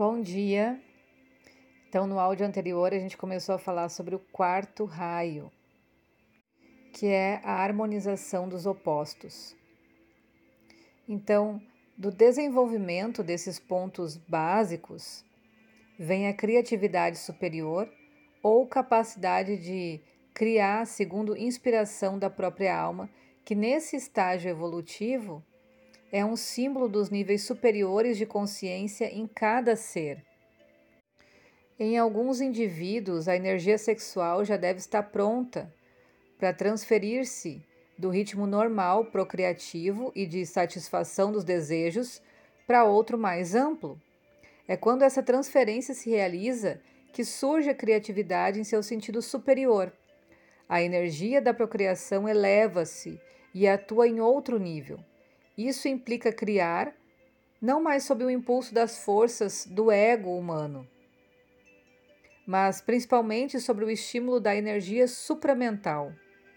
Bom dia! Então, no áudio anterior, a gente começou a falar sobre o quarto raio, que é a harmonização dos opostos. Então, do desenvolvimento desses pontos básicos, vem a criatividade superior ou capacidade de criar segundo inspiração da própria alma, que nesse estágio evolutivo é um símbolo dos níveis superiores de consciência em cada ser. Em alguns indivíduos, a energia sexual já deve estar pronta para transferir-se do ritmo normal procriativo e de satisfação dos desejos para outro mais amplo. É quando essa transferência se realiza que surge a criatividade em seu sentido superior. A energia da procriação eleva-se e atua em outro nível. Isso implica criar, não mais sob o impulso das forças do ego humano, mas principalmente sobre o estímulo da energia supramental.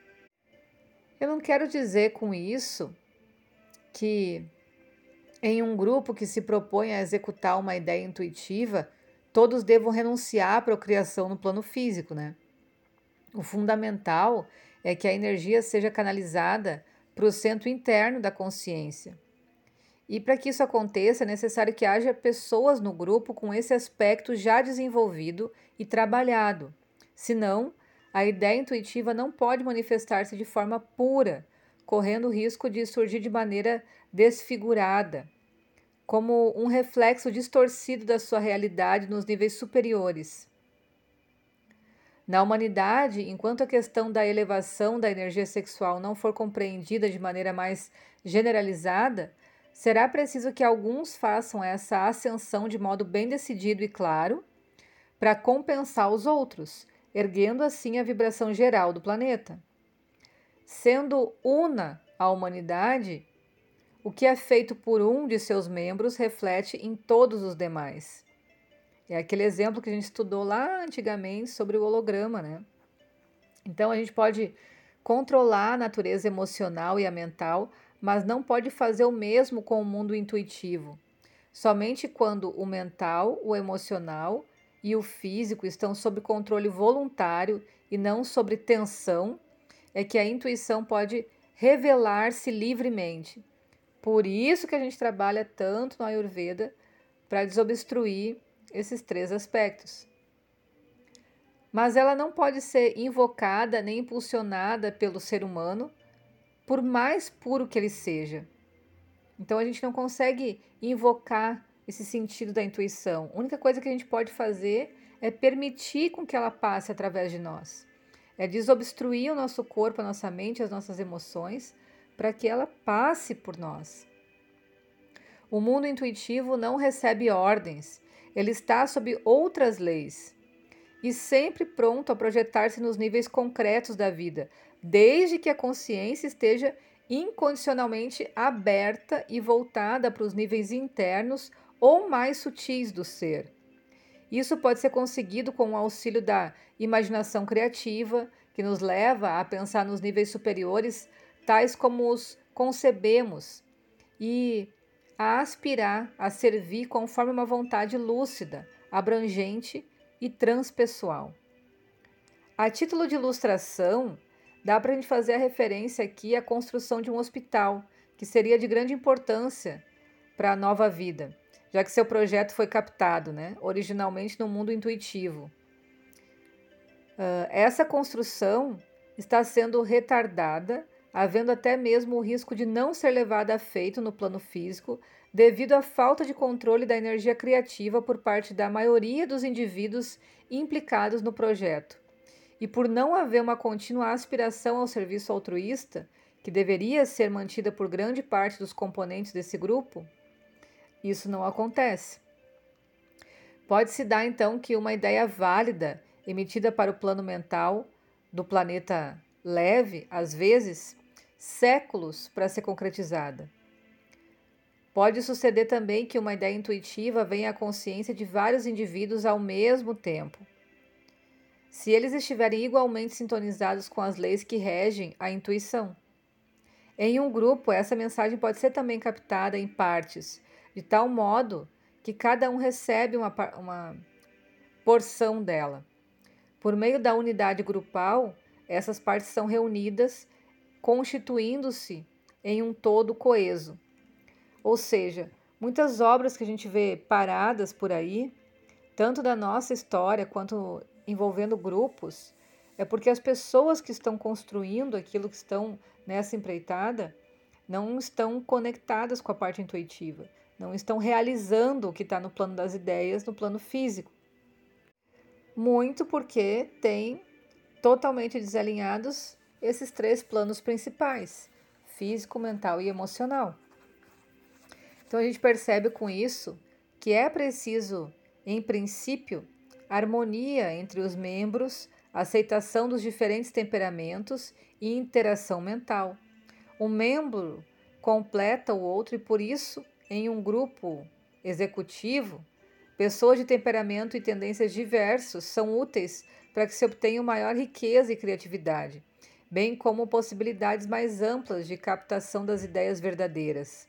Eu não quero dizer com isso que em um grupo que se propõe a executar uma ideia intuitiva, todos devam renunciar à procriação no plano físico, né? O fundamental é que a energia seja canalizada para o centro interno da consciência. E para que isso aconteça, é necessário que haja pessoas no grupo com esse aspecto já desenvolvido e trabalhado. Senão, a ideia intuitiva não pode manifestar-se de forma pura, correndo o risco de surgir de maneira desfigurada, como um reflexo distorcido da sua realidade nos níveis superiores. Na humanidade, enquanto a questão da elevação da energia sexual não for compreendida de maneira mais generalizada, será preciso que alguns façam essa ascensão de modo bem decidido e claro, para compensar os outros, erguendo assim a vibração geral do planeta. Sendo una a humanidade, o que é feito por um de seus membros reflete em todos os demais. É aquele exemplo que a gente estudou lá antigamente sobre o holograma, né? Então a gente pode controlar a natureza emocional e a mental, mas não pode fazer o mesmo com o mundo intuitivo. Somente quando o mental, o emocional e o físico estão sob controle voluntário e não sob tensão, é que a intuição pode revelar-se livremente. Por isso que a gente trabalha tanto no Ayurveda para desobstruir esses três aspectos. Mas ela não pode ser invocada nem impulsionada pelo ser humano, por mais puro que ele seja. Então a gente não consegue invocar esse sentido da intuição. A única coisa que a gente pode fazer é permitir com que ela passe através de nós. É desobstruir o nosso corpo, a nossa mente, as nossas emoções, para que ela passe por nós. O mundo intuitivo não recebe ordens, ele está sob outras leis e sempre pronto a projetar-se nos níveis concretos da vida, desde que a consciência esteja incondicionalmente aberta e voltada para os níveis internos ou mais sutis do ser. Isso pode ser conseguido com o auxílio da imaginação criativa, que nos leva a pensar nos níveis superiores, tais como os concebemos, e a aspirar a servir conforme uma vontade lúcida, abrangente e transpessoal. A título de ilustração, dá para a gente fazer a referência aqui à construção de um hospital, que seria de grande importância para a nova vida, já que seu projeto foi captado, originalmente no mundo intuitivo. Essa construção está sendo retardada, havendo até mesmo o risco de não ser levada a feito no plano físico, devido à falta de controle da energia criativa por parte da maioria dos indivíduos implicados no projeto. E por não haver uma contínua aspiração ao serviço altruísta, que deveria ser mantida por grande parte dos componentes desse grupo, isso não acontece. Pode-se dar, então, que uma ideia válida, emitida para o plano mental do planeta leve, às vezes, séculos para ser concretizada. Pode suceder também que uma ideia intuitiva venha à consciência de vários indivíduos ao mesmo tempo. Se eles estiverem igualmente sintonizados com as leis que regem a intuição. Em um grupo, essa mensagem pode ser também captada em partes, de tal modo que cada um recebe uma porção dela. Por meio da unidade grupal, essas partes são reunidas, constituindo-se em um todo coeso. Ou seja, muitas obras que a gente vê paradas por aí, tanto da nossa história quanto envolvendo grupos, é porque as pessoas que estão construindo aquilo, que estão nessa empreitada, não estão conectadas com a parte intuitiva, não estão realizando o que está no plano das ideias, no plano físico. Muito porque tem totalmente desalinhados esses 3 planos principais: físico, mental e emocional. Então a gente percebe com isso que é preciso, em princípio, harmonia entre os membros, aceitação dos diferentes temperamentos e interação mental. Um membro completa o outro e, por isso, em um grupo executivo, pessoas de temperamento e tendências diversos são úteis para que se obtenha maior riqueza e criatividade, bem como possibilidades mais amplas de captação das ideias verdadeiras.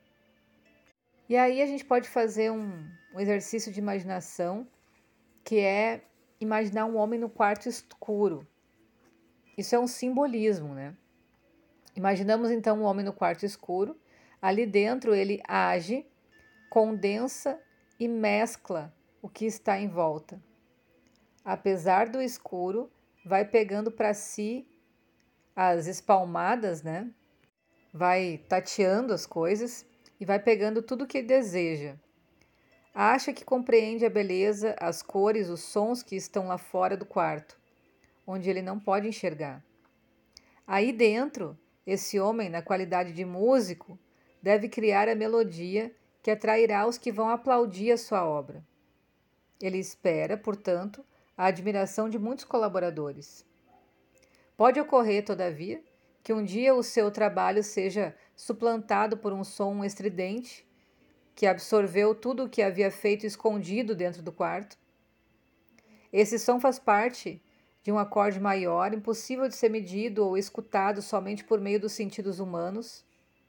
E aí a gente pode fazer um exercício de imaginação, que é imaginar um homem no quarto escuro. Isso é um simbolismo, né? Imaginamos então um homem no quarto escuro. Ali dentro ele age, condensa e mescla o que está em volta. Apesar do escuro, vai pegando para si as espalmadas, né? Vai tateando as coisas e vai pegando tudo o que deseja. Acha que compreende a beleza, as cores, os sons que estão lá fora do quarto, onde ele não pode enxergar. Aí dentro, esse homem, na qualidade de músico, deve criar a melodia que atrairá os que vão aplaudir a sua obra. Ele espera, portanto, a admiração de muitos colaboradores. Pode ocorrer, todavia, que um dia o seu trabalho seja suplantado por um som estridente que absorveu tudo o que havia feito escondido dentro do quarto. Esse som faz parte de um acorde maior, impossível de ser medido ou escutado somente por meio dos sentidos humanos.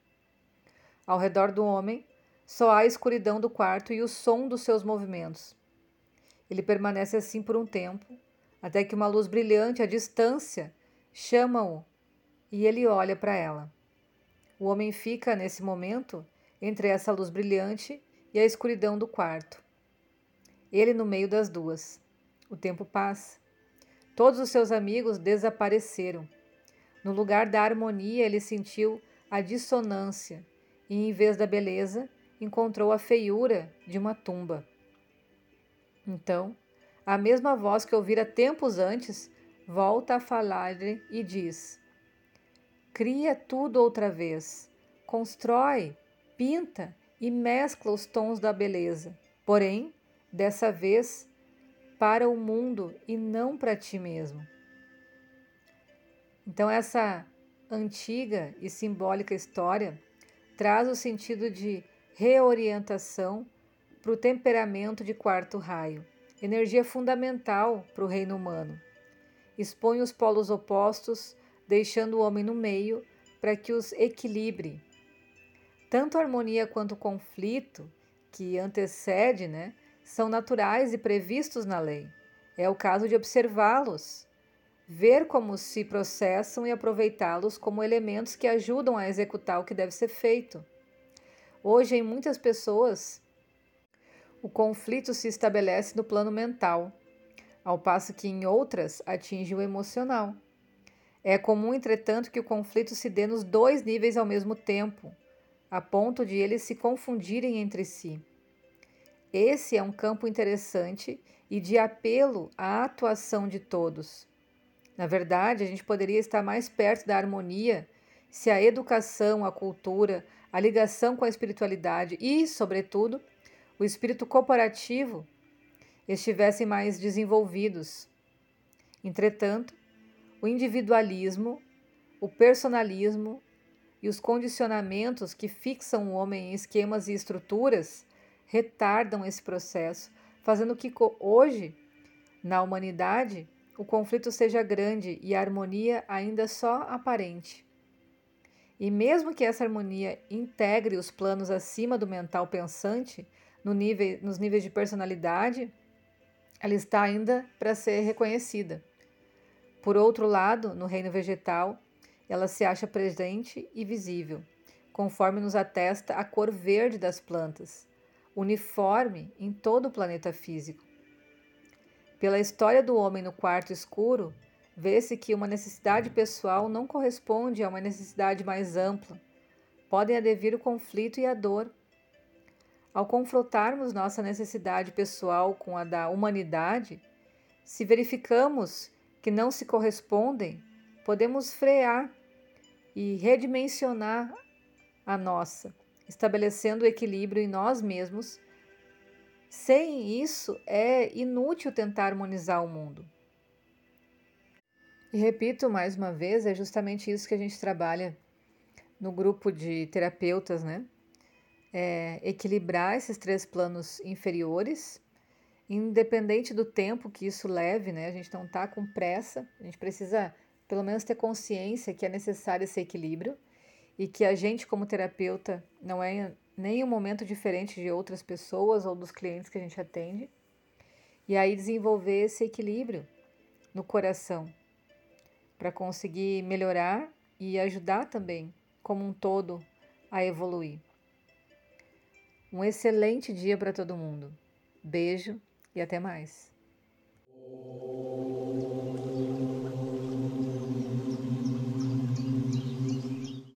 Ao redor do homem, só há a escuridão do quarto e o som dos seus movimentos. Ele permanece assim por um tempo, até que uma luz brilhante à distância chama-o e ele olha para ela. O homem fica, nesse momento, entre essa luz brilhante e a escuridão do quarto. Ele no meio das duas. O tempo passa. Todos os seus amigos desapareceram. No lugar da harmonia, ele sentiu a dissonância e, em vez da beleza, encontrou a feiura de uma tumba. Então, a mesma voz que ouvira tempos antes volta a falar-lhe e diz: cria tudo outra vez, constrói, pinta e mescla os tons da beleza, porém, dessa vez, para o mundo e não para ti mesmo. Então, essa antiga e simbólica história traz o sentido de reorientação para o temperamento de quarto raio, energia fundamental para o reino humano. Expõe os polos opostos, deixando o homem no meio para que os equilibre. Tanto a harmonia quanto o conflito que antecede, são naturais e previstos na lei. É o caso de observá-los, ver como se processam e aproveitá-los como elementos que ajudam a executar o que deve ser feito. Hoje, em muitas pessoas, o conflito se estabelece no plano mental, ao passo que em outras atinge o emocional. É comum, entretanto, que o conflito se dê nos 2 níveis ao mesmo tempo, a ponto de eles se confundirem entre si. Esse é um campo interessante e de apelo à atuação de todos. Na verdade, a gente poderia estar mais perto da harmonia se a educação, a cultura, a ligação com a espiritualidade e, sobretudo, o espírito cooperativo estivessem mais desenvolvidos. Entretanto, o individualismo, o personalismo e os condicionamentos que fixam o homem em esquemas e estruturas retardam esse processo, fazendo que hoje, na humanidade, o conflito seja grande e a harmonia ainda só aparente. E mesmo que essa harmonia integre os planos acima do mental pensante, nos níveis de personalidade, ela está ainda para ser reconhecida. Por outro lado, no reino vegetal, ela se acha presente e visível, conforme nos atesta a cor verde das plantas, uniforme em todo o planeta físico. Pela história do homem no quarto escuro, vê-se que uma necessidade pessoal não corresponde a uma necessidade mais ampla. Podem advir o conflito e a dor. Ao confrontarmos nossa necessidade pessoal com a da humanidade, se verificamos que não se correspondem, podemos frear e redimensionar a nossa, estabelecendo o equilíbrio em nós mesmos. Sem isso, é inútil tentar harmonizar o mundo. E repito mais uma vez, é justamente isso que a gente trabalha no grupo de terapeutas, né? Equilibrar esses 3 planos inferiores, independente do tempo que isso leve, né? A gente não está com pressa, a gente precisa pelo menos ter consciência que é necessário esse equilíbrio e que a gente, como terapeuta, não é nem um momento diferente de outras pessoas ou dos clientes que a gente atende. E aí desenvolver esse equilíbrio no coração para conseguir melhorar e ajudar também, como um todo, a evoluir. Um excelente dia para todo mundo. Beijo e até mais.